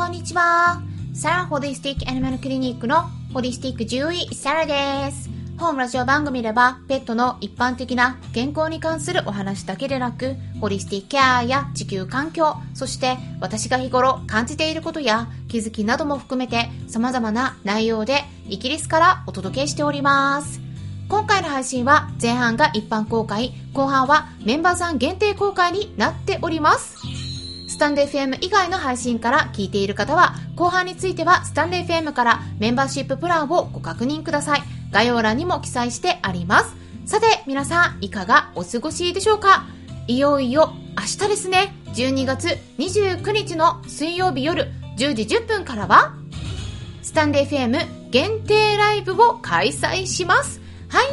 こんにちは。サラホリスティックアニマルクリニックのホリスティック獣医サラです。本ラジオ番組ではペットの一般的な健康に関するお話だけでなく、ホリスティックケアや地球環境、そして私が日頃感じていることや気づきなども含めて様々な内容でイギリスからお届けしております。今回の配信は前半が一般公開、後半はメンバーさん限定公開になっております。スタンド FM 以外の配信から聞いている方は、後半についてはスタンド FM からメンバーシッププランをご確認ください。概要欄にも記載してあります。さて皆さんいかがお過ごしでしょうか。いよいよ明日ですね、12月29日の水曜日夜10時10分からはスタンド FM 限定ライブを開催します。はい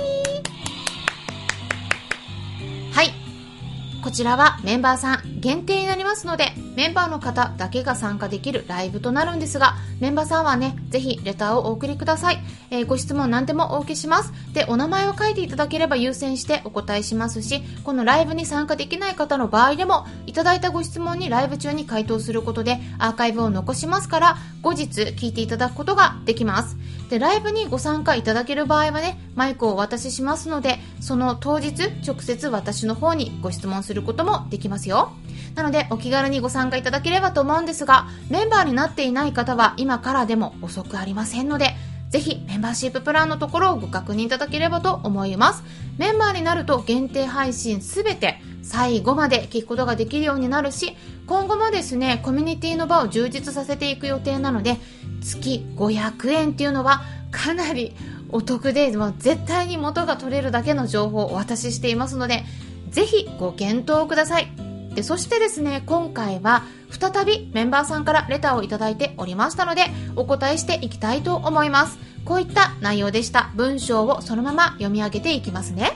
はい、こちらはメンバーさん限定になりますので、メンバーの方だけが参加できるライブとなるんですが、メンバーさんはね、ぜひレターをお送りください。ご質問何でもお受けします。で、お名前を書いていただければ優先してお答えしますし、このライブに参加できない方の場合でも、いただいたご質問にライブ中に回答することでアーカイブを残しますから、後日聞いていただくことができます。で、ライブにご参加いただける場合はね、マイクをお渡ししますので、その当日直接私の方にご質問することもできますよ。なのでお気軽にご参加いただければと思うんですが、メンバーになっていない方は今からでも遅くありませんので、ぜひメンバーシッププランのところをご確認いただければと思います。メンバーになると限定配信すべて最後まで聞くことができるようになるし、今後もですね、コミュニティの場を充実させていく予定なので、月500円っていうのはかなりお得で、もう絶対に元が取れるだけの情報をお渡ししていますので、ぜひご検討ください。で、そしてですね、今回は再びメンバーさんからレターをいただいておりましたので、お答えしていきたいと思います。こういった内容でした。文章をそのまま読み上げていきますね。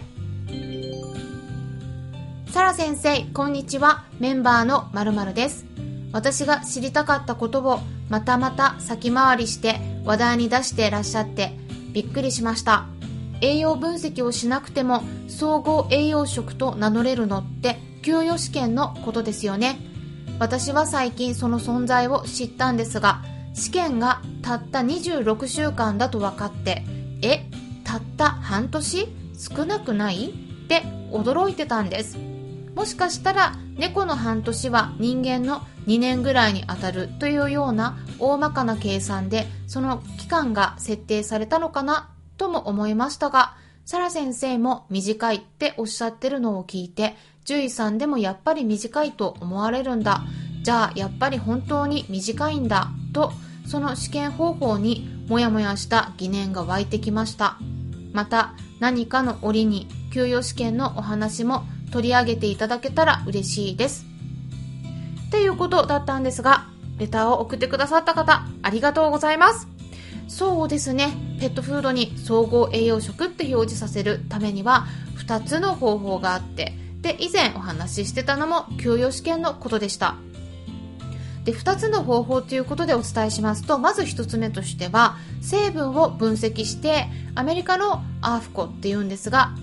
サラ先生、こんにちは。メンバーの〇〇です。私が知りたかったことをまたまた先回りして話題に出していらっしゃってびっくりしました。栄養分析をしなくても総合栄養食と名乗れるのって給与試験のことですよね。私は最近その存在を知ったんですが、試験がたった26週間だと分かって、たった半年？少なくない？って驚いてたんです。もしかしたら猫の半年は人間の2年ぐらいに当たるというような大まかな計算でその期間が設定されたのかなとも思いましたが、サラ先生も短いっておっしゃってるのを聞いて、獣医さんでもやっぱり短いと思われるんだ、じゃあやっぱり本当に短いんだと、その試験方法にもやもやした疑念が湧いてきました。また何かの折に給与試験のお話も取り上げていただけたら嬉しいですっていうことだったんですが、レターを送ってくださった方ありがとうございます。そうですね、ペットフードに総合栄養食って表示させるためには2つの方法があって、で以前お話ししてたのも給与試験のことでした。で2つの方法ということでお伝えしますと、まず1つ目としては成分を分析して、アメリカのアーフコっていうんですが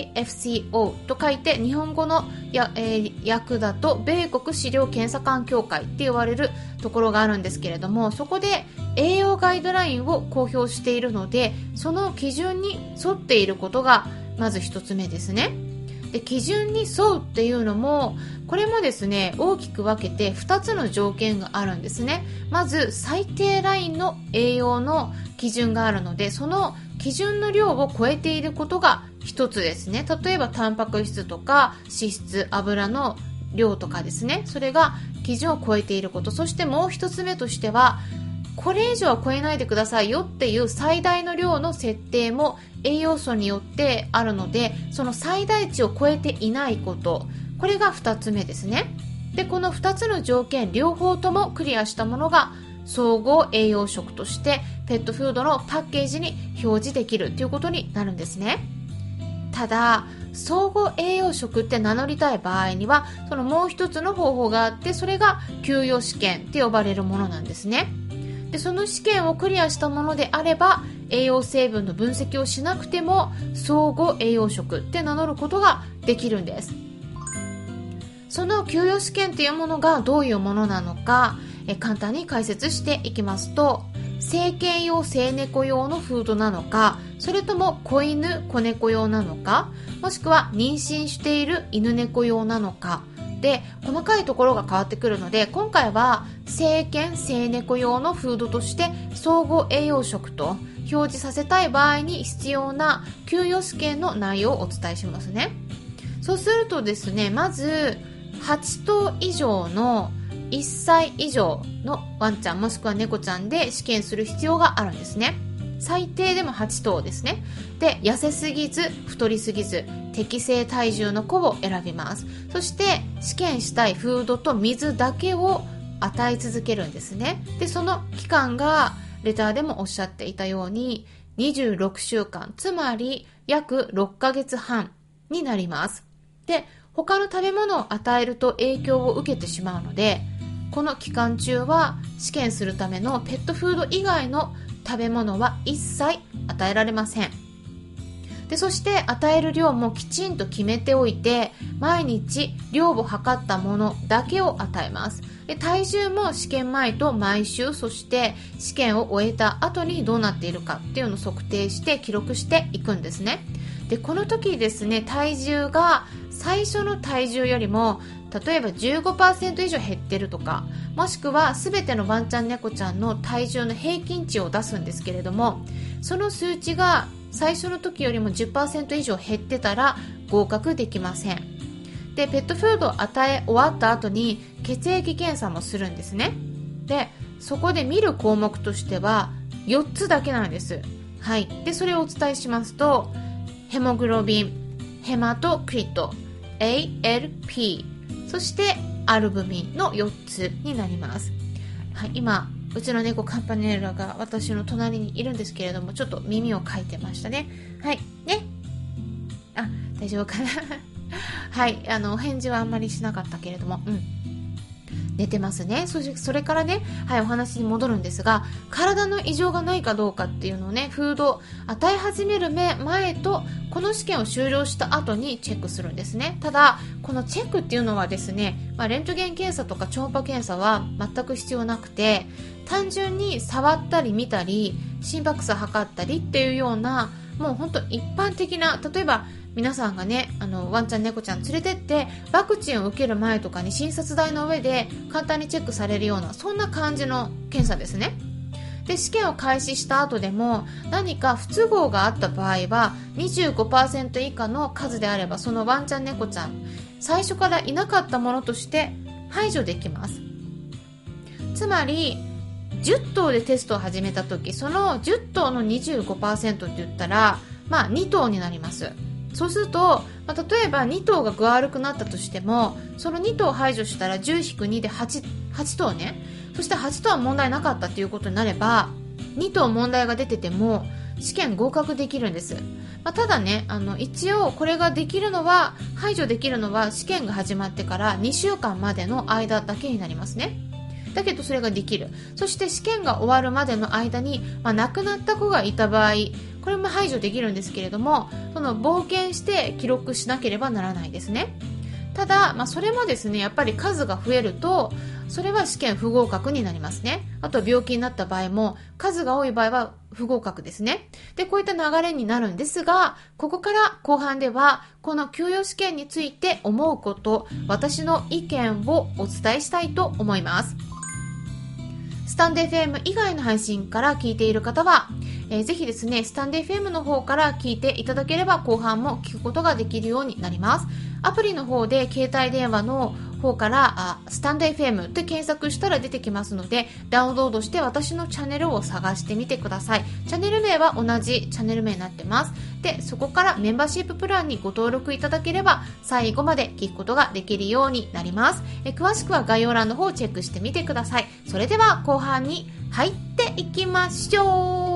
AAFCO と書いて日本語の訳だと米国飼料検査官協会って言われるところがあるんですけれども、そこで栄養ガイドラインを公表しているので、その基準に沿っていることがまず1つ目ですね。で基準に沿うっていうのも、これもですね大きく分けて2つの条件があるんですね。まず最低ラインの栄養の基準があるので、その基準の量を超えていることが1つですね。例えばタンパク質とか脂質、油の量とかですね、それが基準を超えていること。そしてもう1つ目としては、これ以上は超えないでくださいよっていう最大の量の設定も栄養素によってあるので、その最大値を超えていないこと、これが2つ目ですね。でこの2つの条件両方ともクリアしたものが総合栄養食としてペットフードのパッケージに表示できるということになるんですね。ただ総合栄養食って名乗りたい場合には、そのもう一つの方法があって、それが給与試験って呼ばれるものなんですね。でその試験をクリアしたものであれば、栄養成分の分析をしなくても総合栄養食って名乗ることができるんです。その給与試験というものがどういうものなのか、 簡単に解説していきますと、成犬用、成猫用のフードなのか、それとも子犬、子猫用なのか、もしくは妊娠している犬猫用なのかで、細かいところが変わってくるので、今回は成犬、成猫用のフードとして総合栄養食と表示させたい場合に必要な給与試験の内容をお伝えしますね。そうするとですね、まず8頭以上の1歳以上のワンちゃんもしくは猫ちゃんで試験する必要があるんですね。最低でも8頭ですね。で、痩せすぎず太りすぎず適正体重の子を選びます。そして試験したいフードと水だけを与え続けるんですね。で、その期間がレターでもおっしゃっていたように26週間、つまり約6ヶ月半になります。で、他の食べ物を与えると影響を受けてしまうので、この期間中は試験するためのペットフード以外の食べ物は一切与えられません。で、そして与える量もきちんと決めておいて、毎日量を測ったものだけを与えます。で、体重も試験前と毎週、そして試験を終えた後にどうなっているかっていうのを測定して記録していくんですね。で、この時ですね、体重が最初の体重よりも例えば 15% 以上減ってるとか、もしくは全てのワンちゃん猫ちゃんの体重の平均値を出すんですけれども、その数値が最初の時よりも 10% 以上減ってたら合格できません。で、ペットフードを与え終わった後に血液検査もするんですね。で、そこで見る項目としては4つだけなんです。はい。で、それをお伝えしますと、ヘモグロビン、ヘマトクリット、ALP、そしてアルブミンの4つになります。はい、今うちの猫カンパネラが私の隣にいるんですけれども、ちょっと耳をかいてましたね。はいね、あ、大丈夫かなはい、お返事はあんまりしなかったけれども、寝てますね。それからね、はい、お話に戻るんですが、体の異常がないかどうかっていうのをね、フード与え始める前とこの試験を終了した後にチェックするんですね。ただこのチェックっていうのはですね、レントゲン検査とか超音波検査は全く必要なくて、単純に触ったり見たり心拍数測ったりっていうような、もう本当一般的な、例えば皆さんがね、ワンちゃん猫ちゃん連れてってワクチンを受ける前とかに診察台の上で簡単にチェックされるような、そんな感じの検査ですね。で、試験を開始した後でも何か不都合があった場合は 25% 以下の数であれば、そのワンちゃん猫ちゃん最初からいなかったものとして排除できます。つまり10頭でテストを始めた時、その10頭の 25% って言ったら、2頭になります。そうすると、例えば2頭が具合悪くなったとしても、その2頭を排除したら 10-2 で 8頭ね。そして8頭は問題なかったということになれば、2頭問題が出てても試験合格できるんです。ただね、一応これができるのは、排除できるのは試験が始まってから2週間までの間だけになりますね。だけどそれができる。そして試験が終わるまでの間に、亡くなった子がいた場合、これも排除できるんですけれども、その冒険して記録しなければならないですね。ただ、それもですね、やっぱり数が増えると、それは試験不合格になりますね。あと病気になった場合も、数が多い場合は不合格ですね。で、こういった流れになるんですが、ここから後半では、この給与試験について思うこと、私の意見をお伝えしたいと思います。スタンド FM 以外の配信から聞いている方は、ぜひですね、スタンド FM の方から聞いていただければ後半も聞くことができるようになります。アプリの方で携帯電話の方からスタンド FM って検索したら出てきますので、ダウンロードして私のチャンネルを探してみてください。チャンネル名は同じチャンネル名になってます。で、そこからメンバーシッププランにご登録いただければ最後まで聞くことができるようになります。詳しくは概要欄の方をチェックしてみてください。それでは後半に入っていきましょう。